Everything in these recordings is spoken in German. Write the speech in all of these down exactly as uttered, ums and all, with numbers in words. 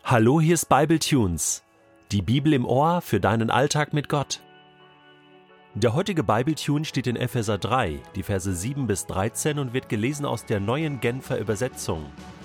Hallo, hier ist Bibletunes, die Bibel im Ohr für deinen Alltag mit Gott. Der heutige Bibletune steht in Epheser drei, die Verse sieben bis dreizehn und wird gelesen aus der neuen Genfer Übersetzung.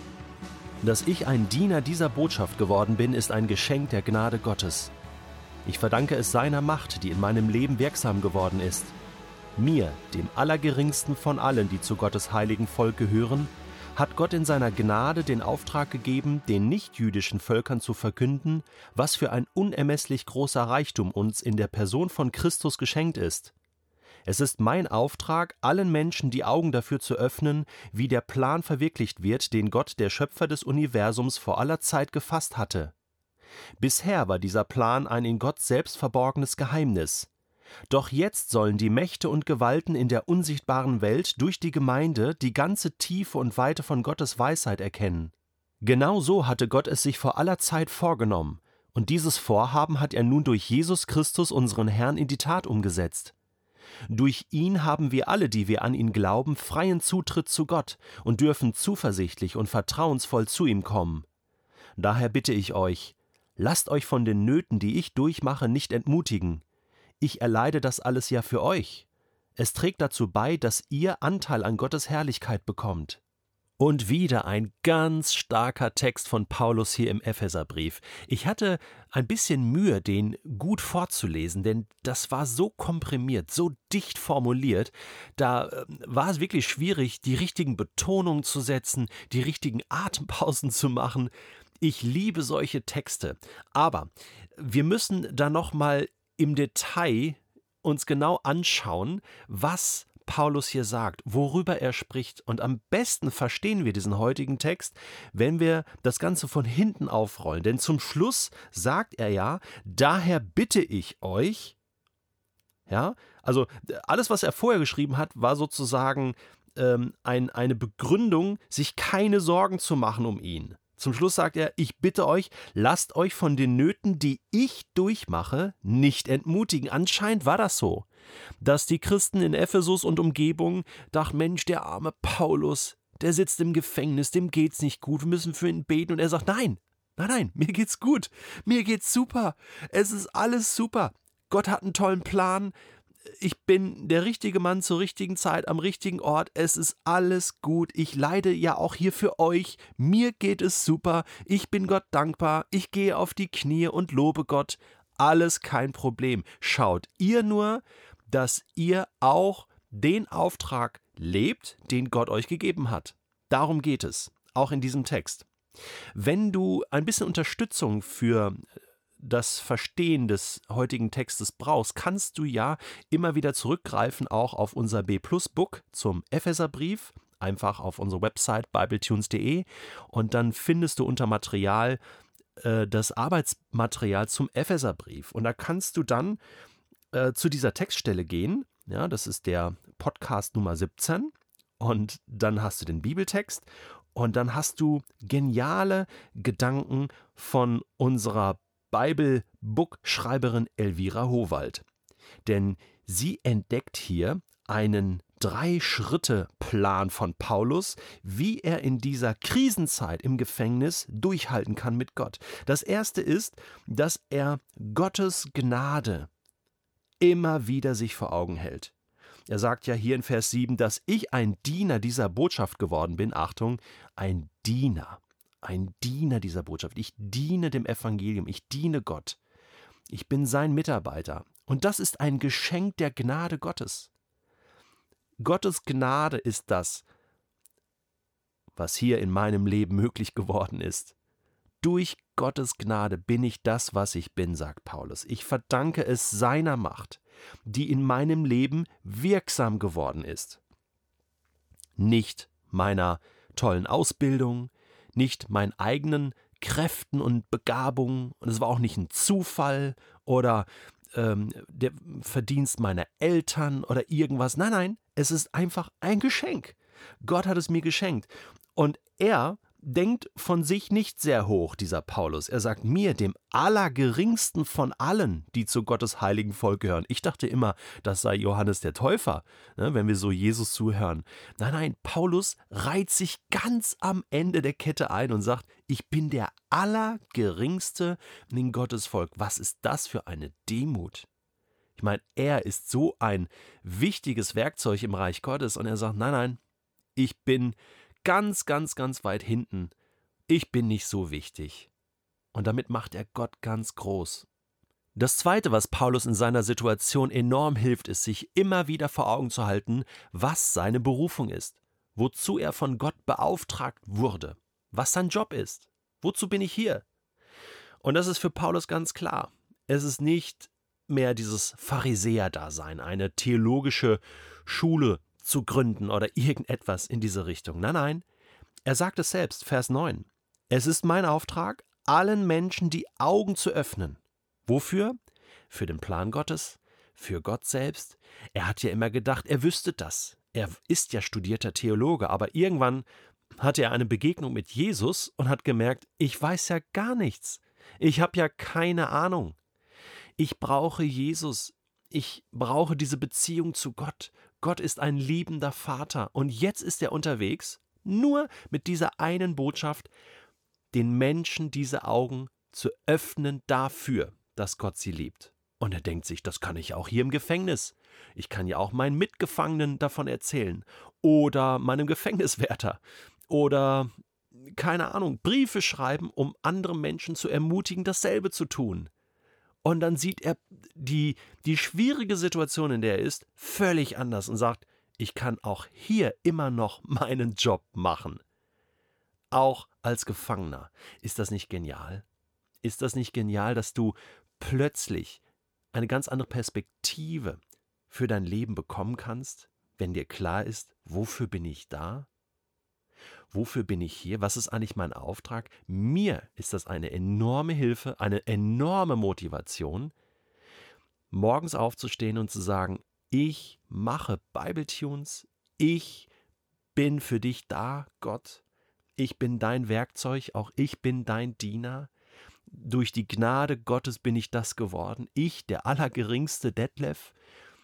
Dass ich ein Diener dieser Botschaft geworden bin, ist ein Geschenk der Gnade Gottes. Ich verdanke es seiner Macht, die in meinem Leben wirksam geworden ist. Mir, dem Allergeringsten von allen, die zu Gottes heiligen Volk gehören, hat Gott in seiner Gnade den Auftrag gegeben, den nichtjüdischen Völkern zu verkünden, was für ein unermesslich großer Reichtum uns in der Person von Christus geschenkt ist. Es ist mein Auftrag, allen Menschen die Augen dafür zu öffnen, wie der Plan verwirklicht wird, den Gott, der Schöpfer des Universums, vor aller Zeit gefasst hatte. Bisher war dieser Plan ein in Gott selbst verborgenes Geheimnis. Doch jetzt sollen die Mächte und Gewalten in der unsichtbaren Welt durch die Gemeinde die ganze Tiefe und Weite von Gottes Weisheit erkennen. Genau so hatte Gott es sich vor aller Zeit vorgenommen, und dieses Vorhaben hat er nun durch Jesus Christus, unseren Herrn, in die Tat umgesetzt. Durch ihn haben wir alle, die wir an ihn glauben, freien Zutritt zu Gott und dürfen zuversichtlich und vertrauensvoll zu ihm kommen. Daher bitte ich euch, lasst euch von den Nöten, die ich durchmache, nicht entmutigen. Ich erleide das alles ja für euch. Es trägt dazu bei, dass ihr Anteil an Gottes Herrlichkeit bekommt. Und wieder ein ganz starker Text von Paulus hier im Epheserbrief. Ich hatte ein bisschen Mühe, den gut vorzulesen, denn das war so komprimiert, so dicht formuliert. Da äh, war es wirklich schwierig, die richtigen Betonungen zu setzen, die richtigen Atempausen zu machen. Ich liebe solche Texte. Aber wir müssen da nochmal im Detail uns genau anschauen, was Paulus hier sagt, worüber er spricht. Und am besten verstehen wir diesen heutigen Text, wenn wir das Ganze von hinten aufrollen. Denn zum Schluss sagt er ja, daher bitte ich euch, ja, also alles, was er vorher geschrieben hat, war sozusagen ähm, ein, eine Begründung, sich keine Sorgen zu machen um ihn. Zum Schluss sagt er, ich bitte euch, lasst euch von den Nöten, die ich durchmache, nicht entmutigen. Anscheinend war das so, dass die Christen in Ephesus und Umgebung dachten, Mensch, der arme Paulus, der sitzt im Gefängnis, dem geht's nicht gut, wir müssen für ihn beten. Und er sagt, nein, nein, nein, mir geht's gut, mir geht's super, es ist alles super. Gott hat einen tollen Plan. Ich bin der richtige Mann zur richtigen Zeit, am richtigen Ort. Es ist alles gut. Ich leide ja auch hier für euch. Mir geht es super. Ich bin Gott dankbar. Ich gehe auf die Knie und lobe Gott. Alles kein Problem. Schaut ihr nur, dass ihr auch den Auftrag lebt, den Gott euch gegeben hat. Darum geht es, auch in diesem Text. Wenn du ein bisschen Unterstützung für das Verstehen des heutigen Textes brauchst, kannst du ja immer wieder zurückgreifen auch auf unser B Plus Book zum Epheserbrief, einfach auf unsere Website bibletunes punkt de und dann findest du unter Material äh, das Arbeitsmaterial zum Epheserbrief und da kannst du dann äh, zu dieser Textstelle gehen, ja, das ist der Podcast Nummer siebzehn und dann hast du den Bibeltext und dann hast du geniale Gedanken von unserer Bible-Book-Schreiberin Elvira Howald. Denn sie entdeckt hier einen Drei-Schritte-Plan von Paulus, wie er in dieser Krisenzeit im Gefängnis durchhalten kann mit Gott. Das erste ist, dass er Gottes Gnade immer wieder sich vor Augen hält. Er sagt ja hier in Vers sieben, dass ich ein Diener dieser Botschaft geworden bin. Achtung, ein Diener. Ein Diener dieser Botschaft. Ich diene dem Evangelium, ich diene Gott. Ich bin sein Mitarbeiter. Und das ist ein Geschenk der Gnade Gottes. Gottes Gnade ist das, was hier in meinem Leben möglich geworden ist. Durch Gottes Gnade bin ich das, was ich bin, sagt Paulus. Ich verdanke es seiner Macht, die in meinem Leben wirksam geworden ist. Nicht meiner tollen Ausbildung, nicht meinen eigenen Kräften und Begabungen und es war auch nicht ein Zufall oder ähm, der Verdienst meiner Eltern oder irgendwas. Nein, nein, es ist einfach ein Geschenk. Gott hat es mir geschenkt und er denkt von sich nicht sehr hoch, dieser Paulus. Er sagt mir, dem Allergeringsten von allen, die zu Gottes heiligen Volk gehören. Ich dachte immer, das sei Johannes der Täufer, ne, wenn wir so Jesus zuhören. Nein, nein, Paulus reiht sich ganz am Ende der Kette ein und sagt, ich bin der Allergeringste in Gottes Volk. Was ist das für eine Demut? Ich meine, er ist so ein wichtiges Werkzeug im Reich Gottes und er sagt, nein, nein, ich bin ganz, ganz, ganz weit hinten. Ich bin nicht so wichtig. Und damit macht er Gott ganz groß. Das Zweite, was Paulus in seiner Situation enorm hilft, ist, sich immer wieder vor Augen zu halten, was seine Berufung ist, wozu er von Gott beauftragt wurde, was sein Job ist, wozu bin ich hier? Und das ist für Paulus ganz klar. Es ist nicht mehr dieses Pharisäer-Dasein, eine theologische Schule zu gründen oder irgendetwas in diese Richtung. Nein, nein, er sagt es selbst, Vers neun. Es ist mein Auftrag, allen Menschen die Augen zu öffnen. Wofür? Für den Plan Gottes, für Gott selbst. Er hat ja immer gedacht, er wüsste das. Er ist ja studierter Theologe, aber irgendwann hatte er eine Begegnung mit Jesus und hat gemerkt, ich weiß ja gar nichts. Ich habe ja keine Ahnung. Ich brauche Jesus. Ich brauche diese Beziehung zu Gott. Gott ist ein liebender Vater. Und jetzt ist er unterwegs, nur mit dieser einen Botschaft, den Menschen diese Augen zu öffnen dafür, dass Gott sie liebt. Und er denkt sich, das kann ich auch hier im Gefängnis. Ich kann ja auch meinen Mitgefangenen davon erzählen. Oder meinem Gefängniswärter. Oder, keine Ahnung, Briefe schreiben, um andere Menschen zu ermutigen, dasselbe zu tun. Und dann sieht er die, die schwierige Situation, in der er ist, völlig anders und sagt, ich kann auch hier immer noch meinen Job machen. Auch als Gefangener. Ist das nicht genial? Ist das nicht genial, dass du plötzlich eine ganz andere Perspektive für dein Leben bekommen kannst, wenn dir klar ist, wofür bin ich da? Wofür bin ich hier? Was ist eigentlich mein Auftrag? Mir ist das eine enorme Hilfe, eine enorme Motivation, morgens aufzustehen und zu sagen, ich mache Bibletunes, ich bin für dich da, Gott, ich bin dein Werkzeug, auch ich bin dein Diener. Durch die Gnade Gottes bin ich das geworden. Ich, der allergeringste Detlef,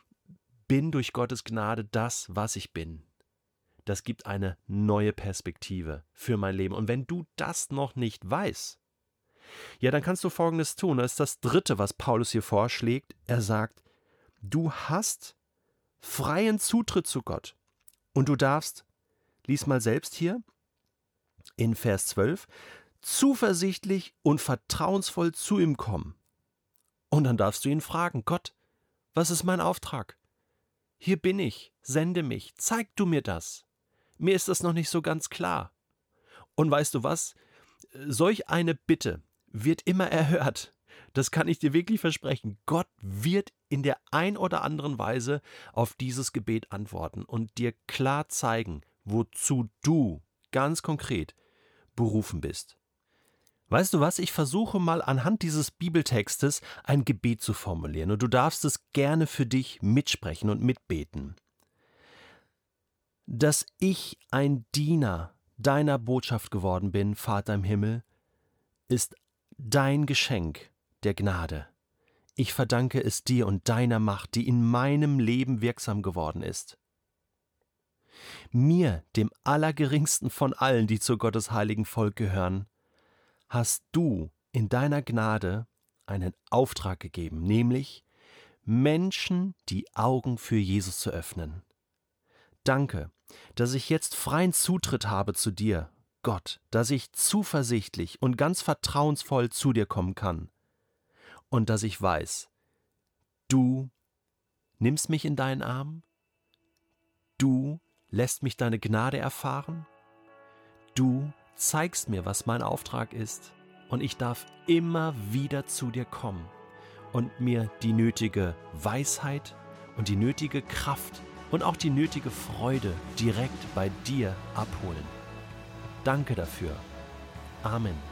bin durch Gottes Gnade das, was ich bin. Das gibt eine neue Perspektive für mein Leben. Und wenn du das noch nicht weißt, ja, dann kannst du Folgendes tun. Das ist das Dritte, was Paulus hier vorschlägt. Er sagt, du hast freien Zutritt zu Gott. Und du darfst, lies mal selbst hier in Vers zwölf, zuversichtlich und vertrauensvoll zu ihm kommen. Und dann darfst du ihn fragen, Gott, was ist mein Auftrag? Hier bin ich, sende mich, zeig du mir das. Mir ist das noch nicht so ganz klar. Und weißt du was? Solch eine Bitte wird immer erhört. Das kann ich dir wirklich versprechen. Gott wird in der ein oder anderen Weise auf dieses Gebet antworten und dir klar zeigen, wozu du ganz konkret berufen bist. Weißt du was? Ich versuche mal anhand dieses Bibeltextes ein Gebet zu formulieren und du darfst es gerne für dich mitsprechen und mitbeten. Dass ich ein Diener deiner Botschaft geworden bin, Vater im Himmel, ist dein Geschenk der Gnade. Ich verdanke es dir und deiner Macht, die in meinem Leben wirksam geworden ist. Mir, dem Allergeringsten von allen, die zu Gottes heiligen Volk gehören, hast du in deiner Gnade einen Auftrag gegeben, nämlich Menschen die Augen für Jesus zu öffnen. Danke, dass ich jetzt freien Zutritt habe zu dir, Gott, dass ich zuversichtlich und ganz vertrauensvoll zu dir kommen kann und dass ich weiß, du nimmst mich in deinen Arm, du lässt mich deine Gnade erfahren, du zeigst mir, was mein Auftrag ist und ich darf immer wieder zu dir kommen und mir die nötige Weisheit und die nötige Kraft und auch die nötige Freude direkt bei dir abholen. Danke dafür. Amen.